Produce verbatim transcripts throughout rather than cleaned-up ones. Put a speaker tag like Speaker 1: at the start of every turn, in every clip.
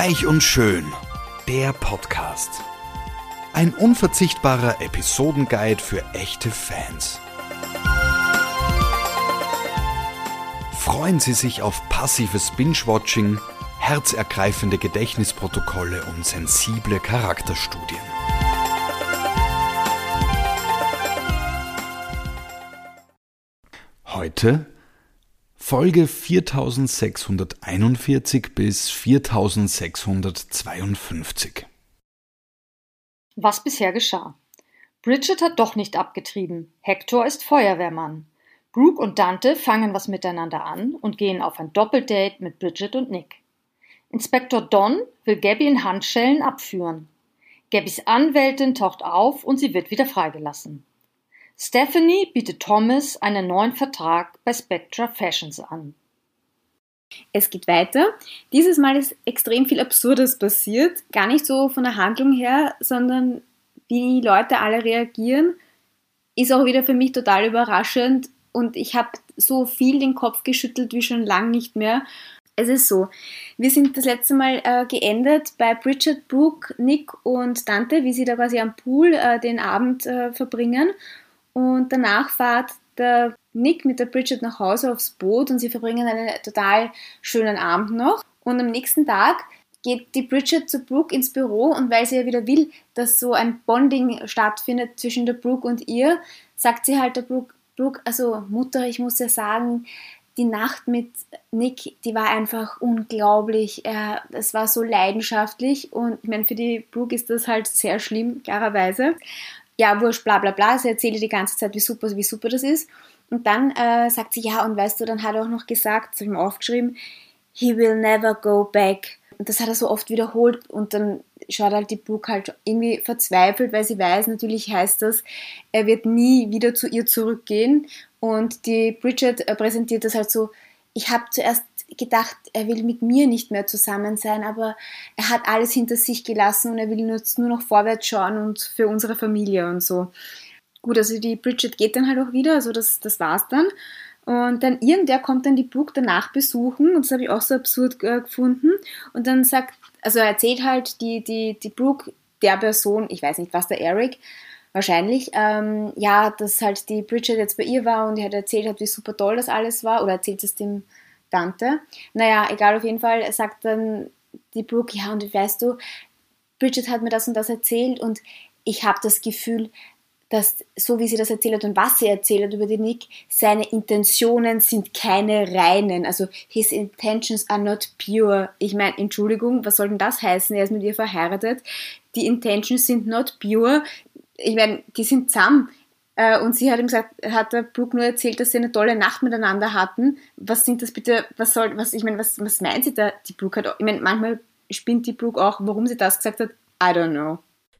Speaker 1: Reich und Schön, der Podcast. Ein unverzichtbarer Episodenguide für echte Fans. Freuen Sie sich auf passives Binge-Watching, herzergreifende Gedächtnisprotokolle und sensible Charakterstudien. Heute Folge viertausendsechshunderteinundvierzig bis viertausendsechshundertzweiundfünfzig.
Speaker 2: Was bisher geschah. Bridget hat doch nicht abgetrieben. Hector ist Feuerwehrmann. Brooke und Dante fangen was miteinander an und gehen auf ein Doppeldate mit Bridget und Nick. Inspektor Don will Gabby in Handschellen abführen. Gabbys Anwältin taucht auf und sie wird wieder freigelassen. Stephanie bietet Thomas einen neuen Vertrag bei Spectra Fashions an.
Speaker 3: Es geht weiter. Dieses Mal ist extrem viel Absurdes passiert. Gar nicht so von der Handlung her, sondern wie die Leute alle reagieren, ist auch wieder für mich total überraschend. Und ich habe so viel den Kopf geschüttelt wie schon lange nicht mehr. Es ist so, wir sind das letzte Mal äh, geendet bei Bridget, Brooke, Nick und Dante, wie sie da quasi am Pool äh, den Abend äh, verbringen. Und danach fährt der Nick mit der Bridget nach Hause aufs Boot und sie verbringen einen total schönen Abend noch. Und am nächsten Tag geht die Bridget zu Brooke ins Büro und weil sie ja wieder will, dass so ein Bonding stattfindet zwischen der Brooke und ihr, sagt sie halt der Brooke, Brooke, also Mutter, ich muss ja sagen, die Nacht mit Nick, die war einfach unglaublich. Es war so leidenschaftlich und ich meine, für die Brooke ist das halt sehr schlimm, klarerweise. Ja, wurscht, bla bla bla, sie erzählt die ganze Zeit, wie super, wie super das ist. Und dann äh, sagt sie, ja, und weißt du, dann hat er auch noch gesagt, das habe ich mir aufgeschrieben, he will never go back. Und das hat er so oft wiederholt und dann schaut halt die Brooke halt irgendwie verzweifelt, weil sie weiß, natürlich heißt das, er wird nie wieder zu ihr zurückgehen. Und die Bridget äh, präsentiert das halt so, ich habe zuerst gedacht, er will mit mir nicht mehr zusammen sein, aber er hat alles hinter sich gelassen und er will nur, nur noch vorwärts schauen und für unsere Familie und so. Gut, also die Bridget geht dann halt auch wieder, also das, das war's dann. Und dann irgendwer kommt dann die Brooke danach besuchen und das habe ich auch so absurd äh, gefunden. Und dann sagt, also er erzählt halt die, die, die Brooke der Person, ich weiß nicht, was der Eric, wahrscheinlich, ähm, ja, dass halt die Bridget jetzt bei ihr war und er hat erzählt hat, wie super toll das alles war, oder erzählt es dem Dante. Naja, egal, auf jeden Fall, er sagt dann die Brooke, ja, und weißt du, Bridget hat mir das und das erzählt und ich habe das Gefühl, dass, so wie sie das erzählt hat und was sie erzählt hat über den Nick, seine Intentionen sind keine reinen, also his intentions are not pure. Ich meine, Entschuldigung, was soll denn das heißen? Er ist mit ihr verheiratet. Die intentions sind not pure. Ich meine, die sind zusammen. Und sie hat ihm gesagt, hat der Brooke nur erzählt, dass sie eine tolle Nacht miteinander hatten. Was sind das bitte, was soll, was, ich meine, was, was meint sie da, die Brooke hat, ich meine, manchmal spinnt die Brooke auch, warum sie das gesagt hat, I don't know.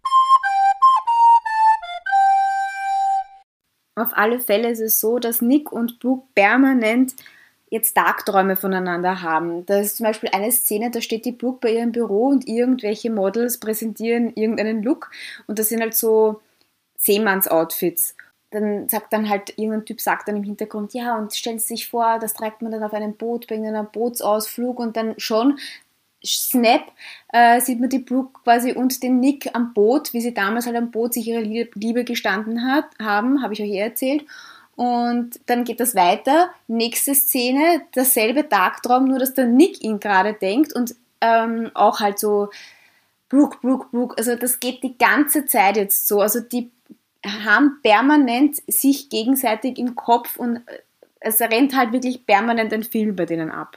Speaker 3: Auf alle Fälle ist es so, dass Nick und Brooke permanent jetzt Tagträume voneinander haben. Da ist zum Beispiel eine Szene, da steht die Brooke bei ihrem Büro und irgendwelche Models präsentieren irgendeinen Look und das sind halt so Seemanns-Outfits. Dann sagt dann halt, irgendein Typ sagt dann im Hintergrund, ja, und stellen Sie sich vor, das trägt man dann auf einem Boot bei irgendeinem Bootsausflug und dann schon, snap, äh, sieht man die Brooke quasi und den Nick am Boot, wie sie damals halt am Boot sich ihre Liebe gestanden hat, haben, habe ich euch eh erzählt. Und dann geht das weiter, nächste Szene, dasselbe Tagtraum, nur dass der Nick ihn gerade denkt und ähm, auch halt so, Brooke, Brooke, Brooke, also das geht die ganze Zeit jetzt so, also die haben permanent sich gegenseitig im Kopf und es rennt halt wirklich permanent ein Film bei denen ab.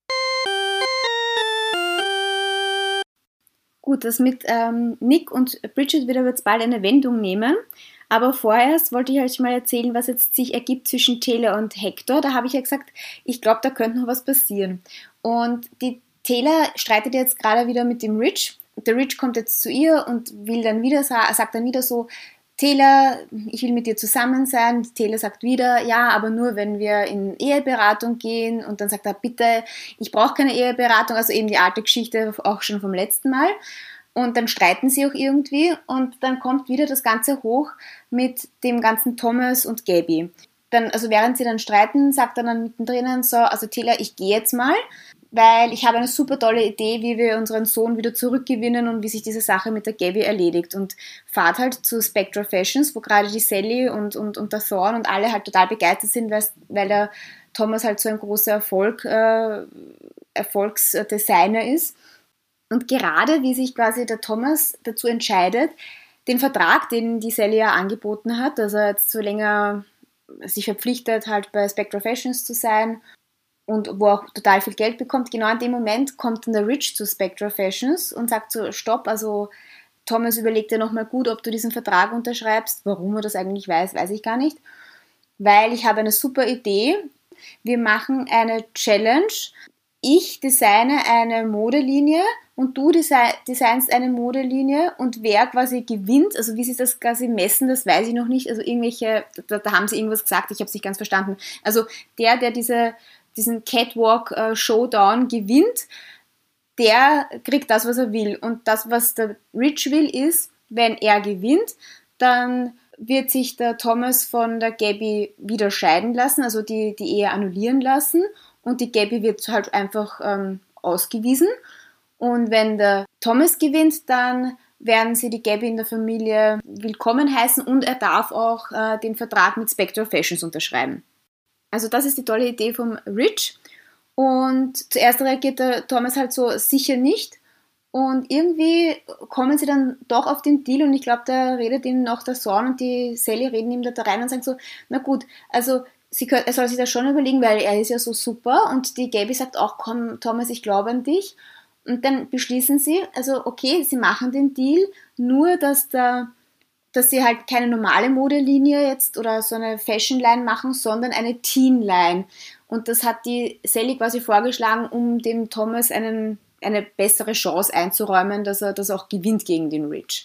Speaker 3: Gut, das mit ähm, Nick und Bridget wird aber jetzt bald eine Wendung nehmen, aber vorerst wollte ich euch mal erzählen, was jetzt sich ergibt zwischen Taylor und Hector. Da habe ich ja gesagt, ich glaube, da könnte noch was passieren. Und die Taylor streitet jetzt gerade wieder mit dem Rich. Der Rich kommt jetzt zu ihr und will dann wieder, sagt dann wieder so, Taylor, ich will mit dir zusammen sein. Taylor sagt wieder, ja, aber nur, wenn wir in Eheberatung gehen. Und dann sagt er, bitte, ich brauche keine Eheberatung. Also eben die alte Geschichte auch schon vom letzten Mal. Und dann streiten sie auch irgendwie. Und dann kommt wieder das Ganze hoch mit dem ganzen Thomas und Gabby. Dann, also während sie dann streiten, sagt er dann mittendrin so, also Taylor, ich gehe jetzt mal. weil ich habe eine super tolle Idee, wie wir unseren Sohn wieder zurückgewinnen und wie sich diese Sache mit der Gabby erledigt. Und fahrt halt zu Spectra Fashions, wo gerade die Sally und, und, und der Thorn und alle halt total begeistert sind, weil der Thomas halt so ein großer Erfolg, äh, Erfolgsdesigner ist. Und gerade wie sich quasi der Thomas dazu entscheidet, den Vertrag, den die Sally ja angeboten hat, dass er jetzt so länger sich verpflichtet, halt bei Spectra Fashions zu sein und wo auch total viel Geld bekommt, genau in dem Moment kommt dann der Rich zu Spectra Fashions und sagt so, stopp, also Thomas, überleg dir nochmal gut, ob du diesen Vertrag unterschreibst. Warum er das eigentlich weiß, weiß ich gar nicht. Weil ich habe eine super Idee. Wir machen eine Challenge. Ich designe eine Modelinie und du desi- designst eine Modelinie und wer quasi gewinnt, also wie sie das quasi messen, das weiß ich noch nicht, also irgendwelche, da, da haben sie irgendwas gesagt, ich habe es nicht ganz verstanden. Also der, der diese, diesen Catwalk-Showdown gewinnt, der kriegt das, was er will. Und das, was der Rich will, ist, wenn er gewinnt, dann wird sich der Thomas von der Gabby wieder scheiden lassen, also die, die Ehe annullieren lassen. Und die Gabby wird halt einfach ähm, ausgewiesen. Und wenn der Thomas gewinnt, dann werden sie die Gabby in der Familie willkommen heißen und er darf auch äh, den Vertrag mit Spectra Fashions unterschreiben. Also das ist die tolle Idee vom Rich. Und zuerst reagiert der Thomas halt so, sicher nicht. Und irgendwie kommen sie dann doch auf den Deal und ich glaube, da redet ihm noch der Thorn und die Sally reden ihm da rein und sagen so, na gut, also Sie können, er soll sich das schon überlegen, weil er ist ja so super und die Gabby sagt auch, komm Thomas, ich glaube an dich und dann beschließen sie, also okay, sie machen den Deal, nur dass, der, dass sie halt keine normale Modelinie jetzt oder so eine Fashion-Line machen, sondern eine Teen-Line und das hat die Sally quasi vorgeschlagen, um dem Thomas einen, eine bessere Chance einzuräumen, dass er das auch gewinnt gegen den Rich.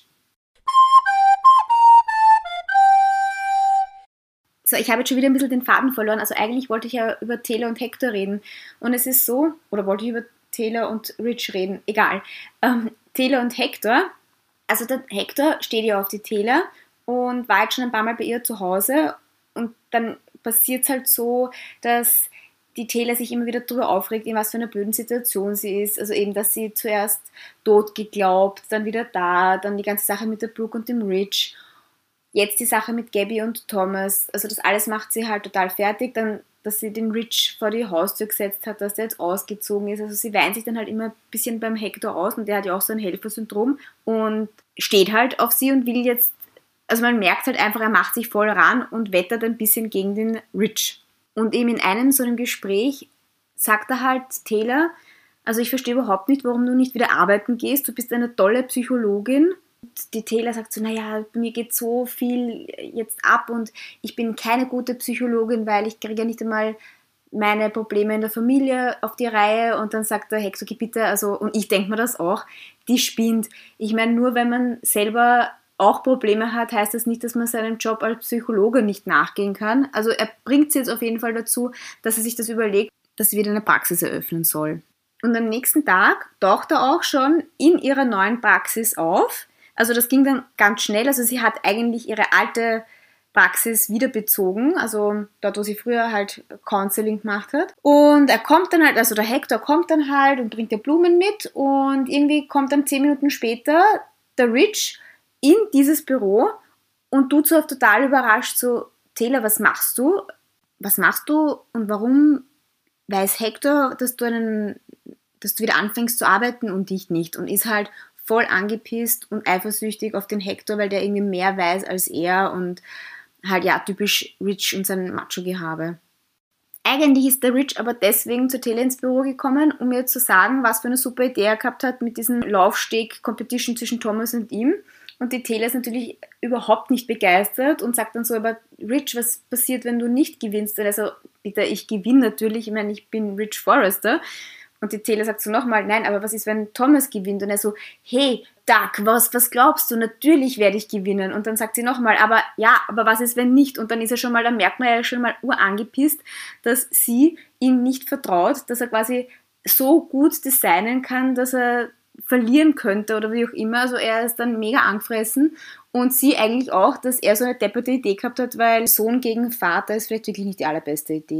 Speaker 3: So, ich habe jetzt schon wieder ein bisschen den Faden verloren. Also eigentlich wollte ich ja über Taylor und Hector reden. Und es ist so, oder wollte ich über Taylor und Rich reden? Egal. Ähm, Taylor und Hector, also der Hector steht ja auf die Taylor und war jetzt schon ein paar Mal bei ihr zu Hause. Und dann passiert es halt so, dass die Taylor sich immer wieder darüber aufregt, in was für einer blöden Situation sie ist. Also eben, dass sie zuerst tot geglaubt, dann wieder da, dann die ganze Sache mit der Brooke und dem Rich. Jetzt die Sache mit Gabby und Thomas, also das alles macht sie halt total fertig, dann, dass sie den Rich vor die Haustür gesetzt hat, dass der jetzt ausgezogen ist, also sie weint sich dann halt immer ein bisschen beim Hector aus und der hat ja auch so ein Helfersyndrom und steht halt auf sie und will jetzt, also man merkt halt einfach, er macht sich voll ran und wettert ein bisschen gegen den Rich. Und eben in einem so einem Gespräch sagt er halt, Taylor, also ich verstehe überhaupt nicht, warum du nicht wieder arbeiten gehst, du bist eine tolle Psychologin. Die Taylor sagt so, naja, bei mir geht so viel jetzt ab und ich bin keine gute Psychologin, weil ich kriege ja nicht einmal meine Probleme in der Familie auf die Reihe. Und dann sagt der Hector, okay, bitte, also, und ich denke mir das auch, die spinnt. Ich meine, nur wenn man selber auch Probleme hat, heißt das nicht, dass man seinem Job als Psychologe nicht nachgehen kann. Also er bringt sie jetzt auf jeden Fall dazu, dass er sich das überlegt, dass sie wieder eine Praxis eröffnen soll. Und am nächsten Tag taucht er auch schon in ihrer neuen Praxis auf. Also das ging dann ganz schnell, also sie hat eigentlich ihre alte Praxis wieder bezogen, also dort, wo sie früher halt Counseling gemacht hat. Und er kommt dann halt, also der Hector kommt dann halt und bringt ihr Blumen mit und irgendwie kommt dann zehn Minuten später der Rich in dieses Büro und tut so total überrascht so, Taylor, was machst du? Was machst du und warum weiß Hector, dass du einen, dass du wieder anfängst zu arbeiten und ich nicht? Und ist halt voll angepisst und eifersüchtig auf den Hector, weil der irgendwie mehr weiß als er und halt ja, typisch Rich und sein Macho-Gehabe. Eigentlich ist der Rich aber deswegen zu Taylor ins Büro gekommen, um ihr zu sagen, was für eine super Idee er gehabt hat mit diesem Laufsteg-Competition zwischen Thomas und ihm. Und die Taylor ist natürlich überhaupt nicht begeistert und sagt dann so, aber Rich, was passiert, wenn du nicht gewinnst? Und also, bitte, ich gewinne natürlich, ich meine, ich bin Rich Forrester. Und die Taylor sagt so nochmal, nein, aber was ist, wenn Thomas gewinnt? Und er so, hey, Doug, was, was glaubst du? Natürlich werde ich gewinnen. Und dann sagt sie nochmal, aber ja, aber was ist, wenn nicht? Und dann ist er schon mal, dann merkt man ja schon mal urangepisst, dass sie ihm nicht vertraut, dass er quasi so gut designen kann, dass er verlieren könnte oder wie auch immer. Also er ist dann mega angefressen und sie eigentlich auch, dass er so eine depperte Idee gehabt hat, weil Sohn gegen Vater ist vielleicht wirklich nicht die allerbeste Idee.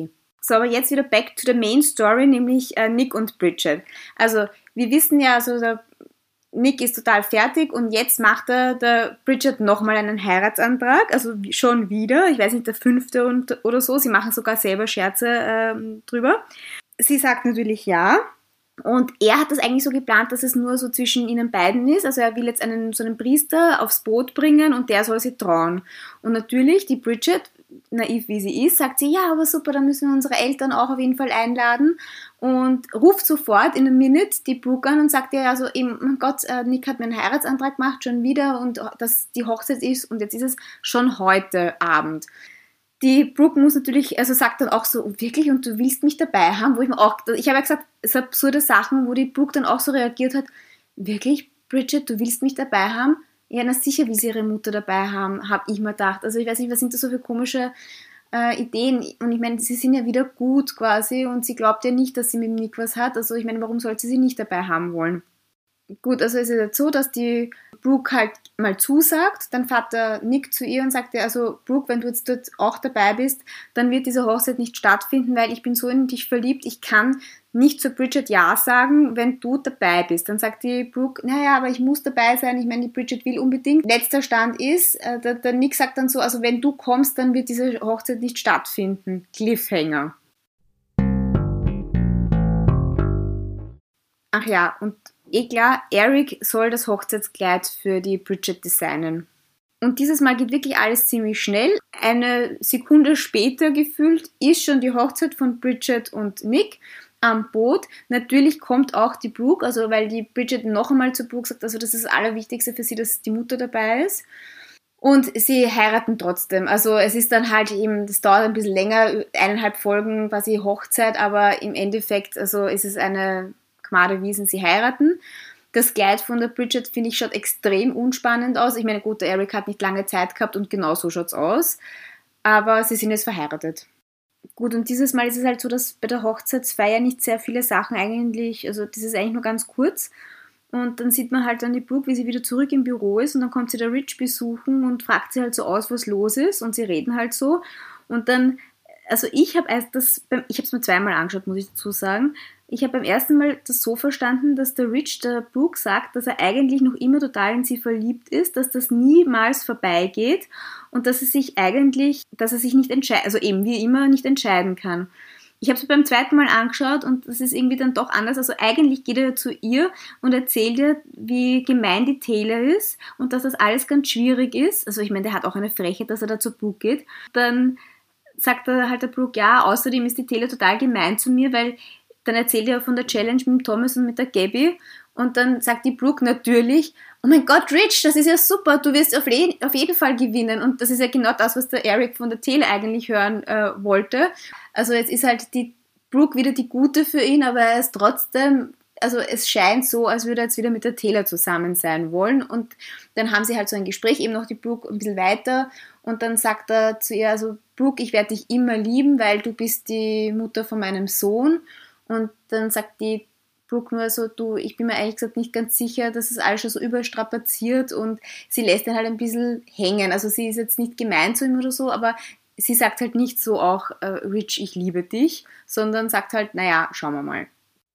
Speaker 3: So, aber jetzt wieder back to the main story, nämlich äh, Nick und Bridget. Also, wir wissen ja, also der Nick ist total fertig und jetzt macht er der Bridget nochmal einen Heiratsantrag, also schon wieder, ich weiß nicht, der fünfte und, oder so, sie machen sogar selber Scherze äh, drüber. Sie sagt natürlich ja. Und er hat das eigentlich so geplant, dass es nur so zwischen ihnen beiden ist. Also er will jetzt einen, so einen Priester aufs Boot bringen und der soll sie trauen. Und natürlich, die Bridget, naiv wie sie ist, sagt sie, ja, aber super, dann müssen wir unsere Eltern auch auf jeden Fall einladen. Und ruft sofort in a minute die Brooke an und sagt ihr, also eben, mein Gott, Nick hat mir einen Heiratsantrag gemacht, schon wieder, und dass die Hochzeit ist und jetzt ist es schon heute Abend. Die Brooke muss natürlich, also sagt dann auch so, wirklich, und du willst mich dabei haben, wo ich mir auch, ich habe ja gesagt, es sind absurde Sachen, wo die Brooke dann auch so reagiert hat, wirklich, Bridget, du willst mich dabei haben? Ja, na sicher will sie ihre Mutter dabei haben, habe ich mir gedacht. Also ich weiß nicht, was sind das so für komische äh, Ideen? Und ich meine, sie sind ja wieder gut quasi und sie glaubt ja nicht, dass sie mit dem Nick was hat. Also ich meine, warum sollte sie sie nicht dabei haben wollen? Gut, also es ist jetzt so, dass die Brooke halt mal zusagt, dann fährt der Nick zu ihr und sagt ihr, also Brooke, wenn du jetzt dort auch dabei bist, dann wird diese Hochzeit nicht stattfinden, weil ich bin so in dich verliebt, ich kann nicht zu Bridget Ja sagen, wenn du dabei bist. Dann sagt die Brooke, naja, aber ich muss dabei sein, ich meine, die Bridget will unbedingt. Letzter Stand ist, äh, der, der Nick sagt dann so, also wenn du kommst, dann wird diese Hochzeit nicht stattfinden. Cliffhanger. Ach ja, und eh klar, Eric soll das Hochzeitskleid für die Bridget designen. Und dieses Mal geht wirklich alles ziemlich schnell. Eine Sekunde später gefühlt ist schon die Hochzeit von Bridget und Nick am Boot. Natürlich kommt auch die Brooke, also weil die Bridget noch einmal zu Brooke sagt, also das ist das Allerwichtigste für sie, dass die Mutter dabei ist. Und sie heiraten trotzdem. Also es ist dann halt eben, das dauert ein bisschen länger, eineinhalb Folgen quasi Hochzeit, aber im Endeffekt, also ist es eine Gmade Wiesen, sie heiraten. Das Kleid von der Bridget, finde ich, schaut extrem unspannend aus. Ich meine, gut, der Eric hat nicht lange Zeit gehabt und genau so schaut es aus. Aber sie sind jetzt verheiratet. Gut, und dieses Mal ist es halt so, dass bei der Hochzeitsfeier nicht sehr viele Sachen eigentlich, also das ist eigentlich nur ganz kurz. Und dann sieht man halt dann die Brooke, wie sie wieder zurück im Büro ist und dann kommt sie der Rich besuchen und fragt sie halt so aus, was los ist und sie reden halt so. Und dann, also ich habe erst das, ich habe es mir zweimal angeschaut, muss ich dazu sagen. Ich habe beim ersten Mal das so verstanden, dass der Rich der Brooke sagt, dass er eigentlich noch immer total in sie verliebt ist, dass das niemals vorbeigeht und dass er sich eigentlich, dass er sich nicht entscheidet, also eben wie immer nicht entscheiden kann. Ich habe es beim zweiten Mal angeschaut und das ist irgendwie dann doch anders. Also eigentlich geht er zu ihr und erzählt ihr, wie gemein die Taylor ist und dass das alles ganz schwierig ist. Also ich meine, der hat auch eine Frechheit, dass er da zur Brooke geht. Dann sagt er halt der Brooke, ja, außerdem ist die Taylor total gemein zu mir, weil dann erzählt er von der Challenge mit dem Thomas und mit der Gabby und dann sagt die Brooke natürlich, oh mein Gott, Rich, das ist ja super, du wirst auf, le- auf jeden Fall gewinnen. Und das ist ja genau das, was der Eric von der Taylor eigentlich hören äh, wollte. Also jetzt ist halt die Brooke wieder die Gute für ihn, aber er ist trotzdem, also es scheint so, als würde er jetzt wieder mit der Taylor zusammen sein wollen. Und dann haben sie halt so ein Gespräch, eben noch die Brooke ein bisschen weiter. Und dann sagt er zu ihr, also Brooke, ich werde dich immer lieben, weil du bist die Mutter von meinem Sohn. Und dann sagt die Brooke nur so, du, ich bin mir ehrlich gesagt nicht ganz sicher, dass es alles schon so überstrapaziert und sie lässt ihn halt ein bisschen hängen. Also sie ist jetzt nicht gemein zu ihm oder so, aber sie sagt halt nicht so auch, äh, Rich, ich liebe dich, sondern sagt halt, naja, schauen wir mal.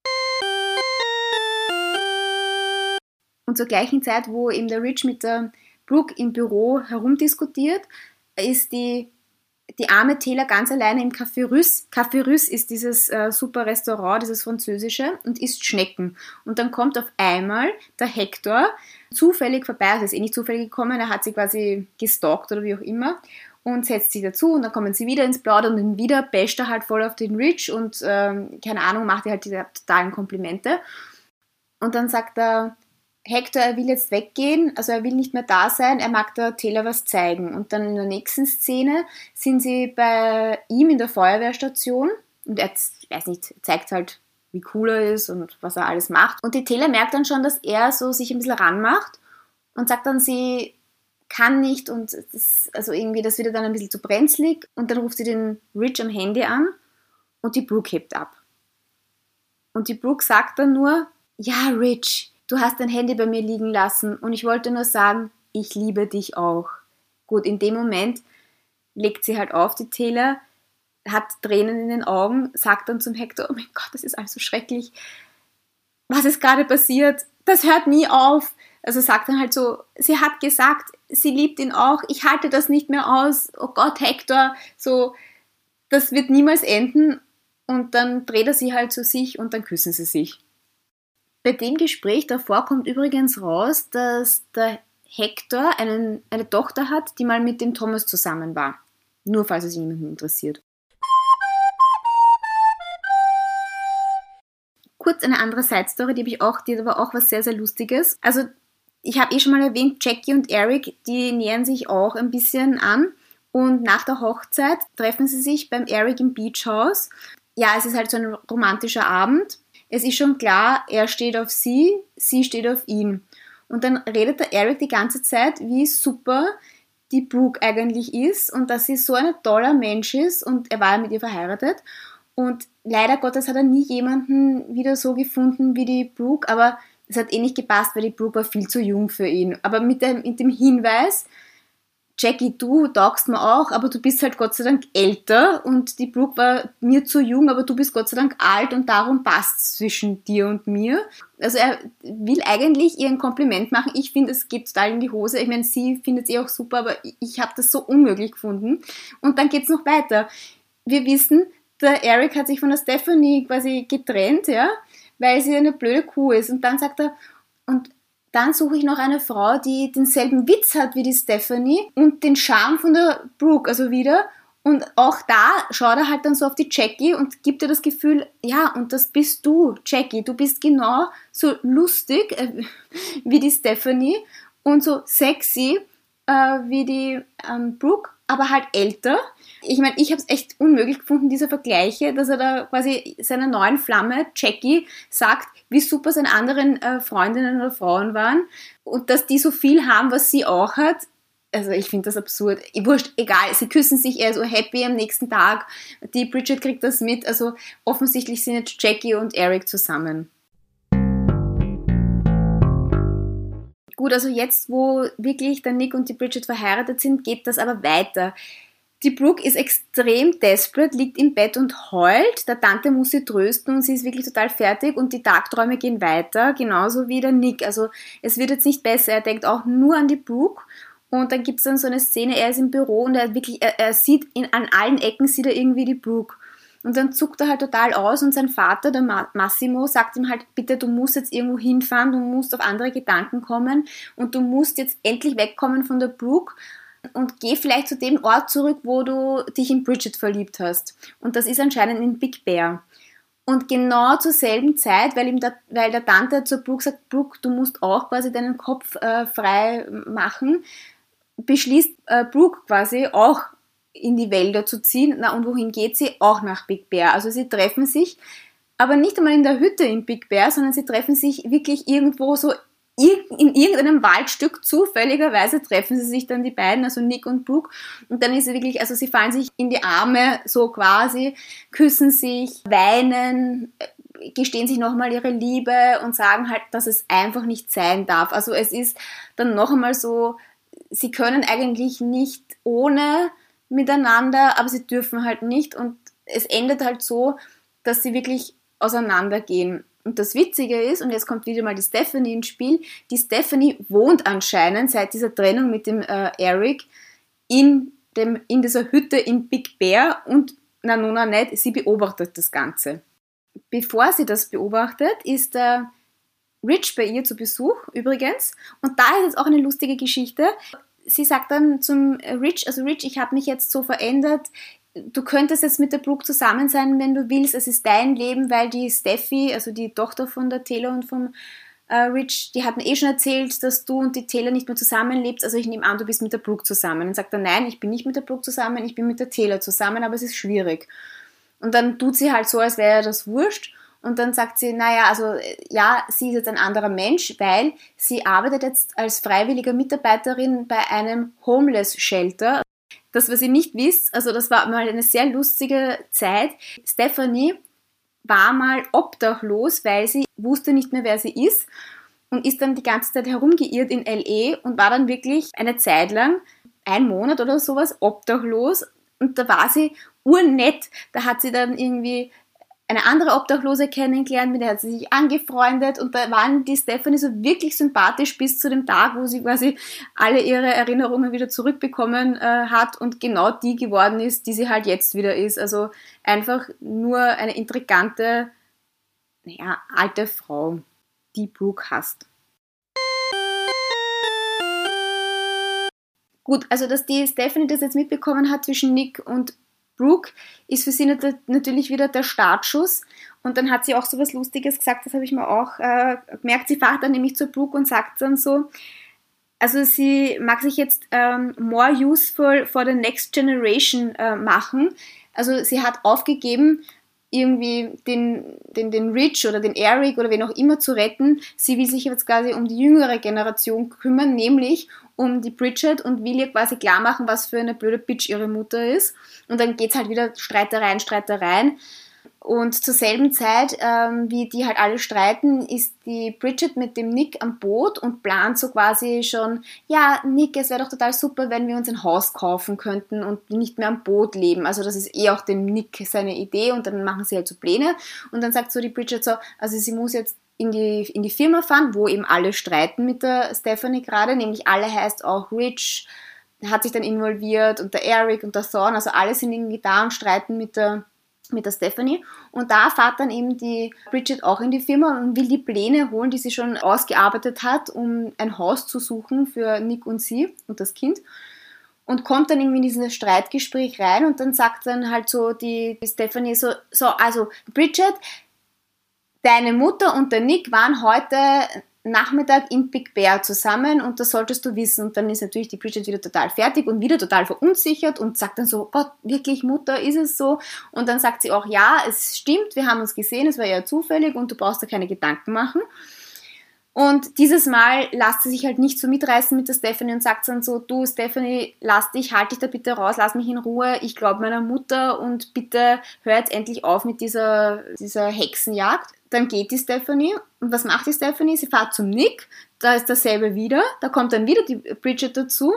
Speaker 3: Und zur gleichen Zeit, wo eben der Rich mit der Brooke im Büro herumdiskutiert, ist die die arme Taylor ganz alleine im Café Russe. Café Russe ist dieses äh, super Restaurant, dieses französische, und isst Schnecken. Und dann kommt auf einmal der Hector zufällig vorbei, also ist eh nicht zufällig gekommen, er hat sie quasi gestalkt oder wie auch immer und setzt sich dazu und dann kommen sie wieder ins Plaudern und dann wieder basht er halt voll auf den Rich und ähm, keine Ahnung, macht er halt diese totalen Komplimente. Und dann sagt er, Hector, er will jetzt weggehen, also er will nicht mehr da sein, er mag der Taylor was zeigen. Und dann in der nächsten Szene sind sie bei ihm in der Feuerwehrstation und er, ich weiß nicht, zeigt halt, wie cool er ist und was er alles macht. Und die Taylor merkt dann schon, dass er so sich ein bisschen ranmacht und sagt dann, sie kann nicht und das, also irgendwie, das wird ihr dann ein bisschen zu brenzlig. Und dann ruft sie den Rich am Handy an und die Brooke hebt ab. Und die Brooke sagt dann nur, ja, Rich, du hast dein Handy bei mir liegen lassen und ich wollte nur sagen, ich liebe dich auch. Gut, in dem Moment legt sie halt auf, die Taylor, hat Tränen in den Augen, sagt dann zum Hector, oh mein Gott, das ist alles so schrecklich. Was ist gerade passiert? Das hört nie auf. Also sagt dann halt so, sie hat gesagt, sie liebt ihn auch, ich halte das nicht mehr aus. Oh Gott, Hector, so, das wird niemals enden. Und dann dreht er sie halt zu sich und dann küssen sie sich. Bei dem Gespräch davor kommt übrigens raus, dass der Hector einen, eine Tochter hat, die mal mit dem Thomas zusammen war. Nur falls es jemanden interessiert. Kurz eine andere Side-Story, die habe ich auch, die war auch was sehr, sehr Lustiges. Also ich habe eh schon mal erwähnt, Jackie und Eric, die nähern sich auch ein bisschen an. Und nach der Hochzeit treffen sie sich beim Eric im Beach House. Ja, es ist halt so ein romantischer Abend. Es ist schon klar, er steht auf sie, sie steht auf ihn. Und dann redet der Eric die ganze Zeit, wie super die Brooke eigentlich ist und dass sie so ein toller Mensch ist und er war ja mit ihr verheiratet. Und leider Gottes hat er nie jemanden wieder so gefunden wie die Brooke, aber es hat eh nicht gepasst, weil die Brooke war viel zu jung für ihn. Aber mit dem, mit dem Hinweis, Jackie, du taugst mir auch, aber du bist halt Gott sei Dank älter und die Brooke war mir zu jung, aber du bist Gott sei Dank alt und darum passt es zwischen dir und mir. Also er will eigentlich ihr ein Kompliment machen. Ich finde, es geht total in die Hose. Ich meine, sie findet es eh auch super, aber ich habe das so unmöglich gefunden. Und dann geht es noch weiter. Wir wissen, der Eric hat sich von der Stephanie quasi getrennt, ja, weil sie eine blöde Kuh ist. Und dann sagt er, und dann suche ich noch eine Frau, die denselben Witz hat wie die Stephanie und den Charme von der Brooke, also wieder. Und auch da schaut er halt dann so auf die Jackie und gibt ihr das Gefühl, ja, und das bist du, Jackie. Du bist genau so lustig äh, wie die Stephanie und so sexy äh, wie die ähm, Brooke, aber halt älter. Ich meine, ich habe es echt unmöglich gefunden, diese Vergleiche, dass er da quasi seiner neuen Flamme, Jackie, sagt, wie super seine anderen äh, Freundinnen oder Frauen waren und dass die so viel haben, was sie auch hat. Also ich finde das absurd. Wurscht, egal, sie küssen sich, er ist so happy am nächsten Tag. Die Bridget kriegt das mit, also offensichtlich sind jetzt Jackie und Eric zusammen. Gut, also jetzt, wo wirklich der Nick und die Bridget verheiratet sind, geht das aber weiter. Die Brooke ist extrem desperate, liegt im Bett und heult. Der Tante muss sie trösten und sie ist wirklich total fertig und die Tagträume gehen weiter, genauso wie der Nick. Also es wird jetzt nicht besser, er denkt auch nur an die Brooke und dann gibt es dann so eine Szene, er ist im Büro und er wirklich, er, er sieht in, an allen Ecken sieht er irgendwie die Brooke. Und dann zuckt er halt total aus und sein Vater, der Massimo, sagt ihm halt, bitte, du musst jetzt irgendwo hinfahren, du musst auf andere Gedanken kommen und du musst jetzt endlich wegkommen von der Brooke und geh vielleicht zu dem Ort zurück, wo du dich in Bridget verliebt hast. Und das ist anscheinend in Big Bear. Und genau zur selben Zeit, weil, ihm der, weil der Tante zur Brooke sagt, Brooke, du musst auch quasi deinen Kopf äh, frei machen, beschließt äh, Brooke quasi auch in die Wälder zu ziehen. Na, und wohin geht sie? Auch nach Big Bear. Also sie treffen sich, aber nicht einmal in der Hütte in Big Bear, sondern sie treffen sich wirklich irgendwo so in irgendeinem Waldstück, zufälligerweise treffen sie sich dann die beiden, also Nick und Brooke, und dann ist sie wirklich, also sie fallen sich in die Arme, so quasi, küssen sich, weinen, gestehen sich nochmal ihre Liebe und sagen halt, dass es einfach nicht sein darf. Also es ist dann noch einmal so, sie können eigentlich nicht ohne miteinander, aber sie dürfen halt nicht und es endet halt so, dass sie wirklich auseinandergehen. Und das Witzige ist, und jetzt kommt wieder mal die Stephanie ins Spiel, die Stephanie wohnt anscheinend seit dieser Trennung mit dem äh, Eric in, dem, in dieser Hütte in Big Bear und, na nun nicht, sie beobachtet das Ganze. Bevor sie das beobachtet, ist der Rich bei ihr zu Besuch übrigens und da ist jetzt auch eine lustige Geschichte. Sie sagt dann zum Rich, also Rich, ich habe mich jetzt so verändert, du könntest jetzt mit der Brooke zusammen sein, wenn du willst, es ist dein Leben, weil die Steffi, also die Tochter von der Taylor und vom äh, Rich, die hatten eh schon erzählt, dass du und die Taylor nicht mehr zusammenlebst, also ich nehme an, du bist mit der Brooke zusammen. Dann sagt er, nein, ich bin nicht mit der Brooke zusammen, ich bin mit der Taylor zusammen, aber es ist schwierig. Und dann tut sie halt so, als wäre das wurscht. Und dann sagt sie, naja, also ja, sie ist jetzt ein anderer Mensch, weil sie arbeitet jetzt als freiwillige Mitarbeiterin bei einem Homeless Shelter. Das, was ihr nicht wisst, also das war mal eine sehr lustige Zeit. Stephanie war mal obdachlos, weil sie wusste nicht mehr, wer sie ist und ist dann die ganze Zeit herumgeirrt in L A und war dann wirklich eine Zeit lang, einen Monat oder sowas, obdachlos. Und da war sie urnett. Da hat sie dann irgendwie eine andere Obdachlose kennengelernt, mit der hat sie sich angefreundet und da waren die Stephanie so wirklich sympathisch bis zu dem Tag, wo sie quasi alle ihre Erinnerungen wieder zurückbekommen äh, hat und genau die geworden ist, die sie halt jetzt wieder ist. Also einfach nur eine intrigante, naja, alte Frau, die Brooke hasst. Gut, also dass die Stephanie das jetzt mitbekommen hat zwischen Nick und Brooke, ist für sie natürlich wieder der Startschuss. Und dann hat sie auch so was Lustiges gesagt, das habe ich mir auch äh, gemerkt. Sie fährt dann nämlich zu Brooke und sagt dann so, also sie mag sich jetzt ähm, more useful for the next generation äh, machen. Also sie hat aufgegeben, irgendwie den, den, den Rich oder den Eric oder wen auch immer zu retten. Sie will sich jetzt quasi um die jüngere Generation kümmern, nämlich um die Bridget und will ihr quasi klar machen, was für eine blöde Bitch ihre Mutter ist. Und dann geht's halt wieder Streitereien, Streitereien. Und zur selben Zeit, ähm, wie die halt alle streiten, ist die Bridget mit dem Nick am Boot und plant so quasi schon, ja, Nick, es wäre doch total super, wenn wir uns ein Haus kaufen könnten und nicht mehr am Boot leben. Also das ist eh auch dem Nick seine Idee und dann machen sie halt so Pläne. Und dann sagt so die Bridget so, also sie muss jetzt in die, in die Firma fahren, wo eben alle streiten mit der Stephanie gerade, nämlich alle heißt auch Rich, hat sich dann involviert und der Eric und der Thorne, also alle sind irgendwie da und streiten mit der mit der Stephanie und da fährt dann eben die Bridget auch in die Firma und will die Pläne holen, die sie schon ausgearbeitet hat, um ein Haus zu suchen für Nick und sie und das Kind und kommt dann irgendwie in dieses Streitgespräch rein und dann sagt dann halt so die, die Stephanie so, so, also Bridget, deine Mutter und der Nick waren heute Nachmittag in Big Bear zusammen und das solltest du wissen. Und dann ist natürlich die Bridget wieder total fertig und wieder total verunsichert und sagt dann so, Gott, wirklich Mutter, ist es so? Und dann sagt sie auch, ja, es stimmt, wir haben uns gesehen, es war eher zufällig und du brauchst da keine Gedanken machen. Und dieses Mal lässt sie sich halt nicht so mitreißen mit der Stephanie und sagt dann so, du Stephanie, lass dich, halt dich da bitte raus, lass mich in Ruhe, ich glaube meiner Mutter und bitte hör jetzt endlich auf mit dieser, dieser Hexenjagd. Dann geht die Stephanie und was macht die Stephanie? Sie fährt zum Nick, da ist dasselbe wieder, da kommt dann wieder die Bridget dazu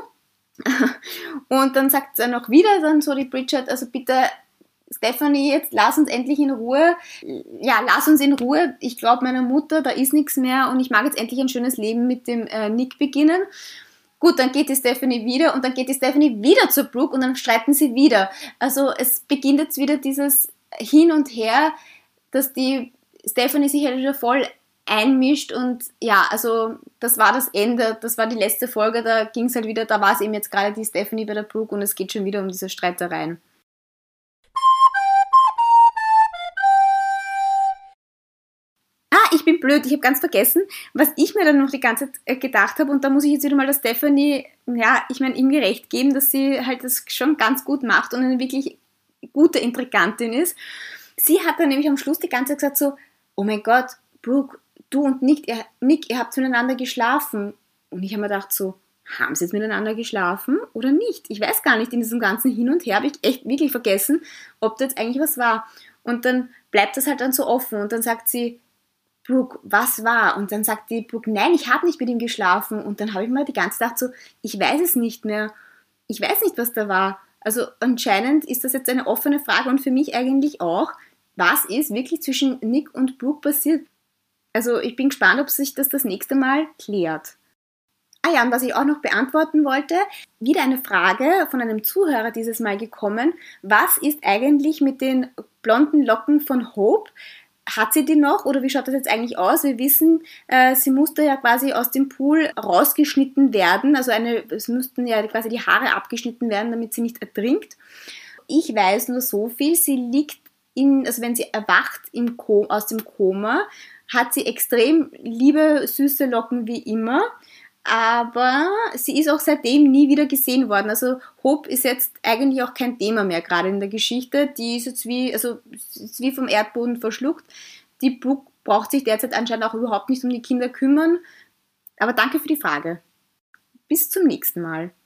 Speaker 3: und dann sagt dann auch wieder dann so die Bridget, also bitte Stephanie, jetzt lass uns endlich in Ruhe, ja, lass uns in Ruhe, ich glaube meiner Mutter, da ist nichts mehr und ich mag jetzt endlich ein schönes Leben mit dem äh, Nick beginnen. Gut, dann geht die Stephanie wieder und dann geht die Stephanie wieder zur Brooke und dann streiten sie wieder. Also es beginnt jetzt wieder dieses Hin und Her, dass die Stephanie sich halt wieder voll einmischt und ja, also das war das Ende, das war die letzte Folge, da ging es halt wieder, da war es eben jetzt gerade die Stephanie bei der Brooke und es geht schon wieder um diese Streitereien. Ich bin blöd, ich habe ganz vergessen, was ich mir dann noch die ganze Zeit gedacht habe und da muss ich jetzt wieder mal der Stephanie, ja, ich meine, irgendwie recht geben, dass sie halt das schon ganz gut macht und eine wirklich gute Intrigantin ist. Sie hat dann nämlich am Schluss die ganze Zeit gesagt so, oh mein Gott, Brooke, du und Nick, ihr, Nick, ihr habt miteinander geschlafen. Und ich habe mir gedacht so, haben sie jetzt miteinander geschlafen oder nicht? Ich weiß gar nicht, in diesem ganzen Hin und Her habe ich echt wirklich vergessen, ob da jetzt eigentlich was war. Und dann bleibt das halt dann so offen und dann sagt sie, Brooke, was war? Und dann sagt die Brooke, nein, ich habe nicht mit ihm geschlafen. Und dann habe ich mir die ganze Zeit gedacht so, ich weiß es nicht mehr. Ich weiß nicht, was da war. Also anscheinend ist das jetzt eine offene Frage und für mich eigentlich auch, was ist wirklich zwischen Nick und Brooke passiert? Also ich bin gespannt, ob sich das das nächste Mal klärt. Ah ja, und was ich auch noch beantworten wollte, wieder eine Frage von einem Zuhörer dieses Mal gekommen. Was ist eigentlich mit den blonden Locken von Hope? Hat sie die noch oder wie schaut das jetzt eigentlich aus? Wir wissen, äh, sie musste ja quasi aus dem Pool rausgeschnitten werden, also eine, es mussten ja quasi die Haare abgeschnitten werden, damit sie nicht ertrinkt. Ich weiß nur so viel, sie liegt in, also wenn sie erwacht im Ko- aus dem Koma, hat sie extrem liebe, süße Locken wie immer, aber sie ist auch seitdem nie wieder gesehen worden. Also Hope ist jetzt eigentlich auch kein Thema mehr, gerade in der Geschichte. Die ist jetzt wie, also ist wie vom Erdboden verschluckt. Die Brooke braucht sich derzeit anscheinend auch überhaupt nicht um die Kinder kümmern. Aber danke für die Frage. Bis zum nächsten Mal.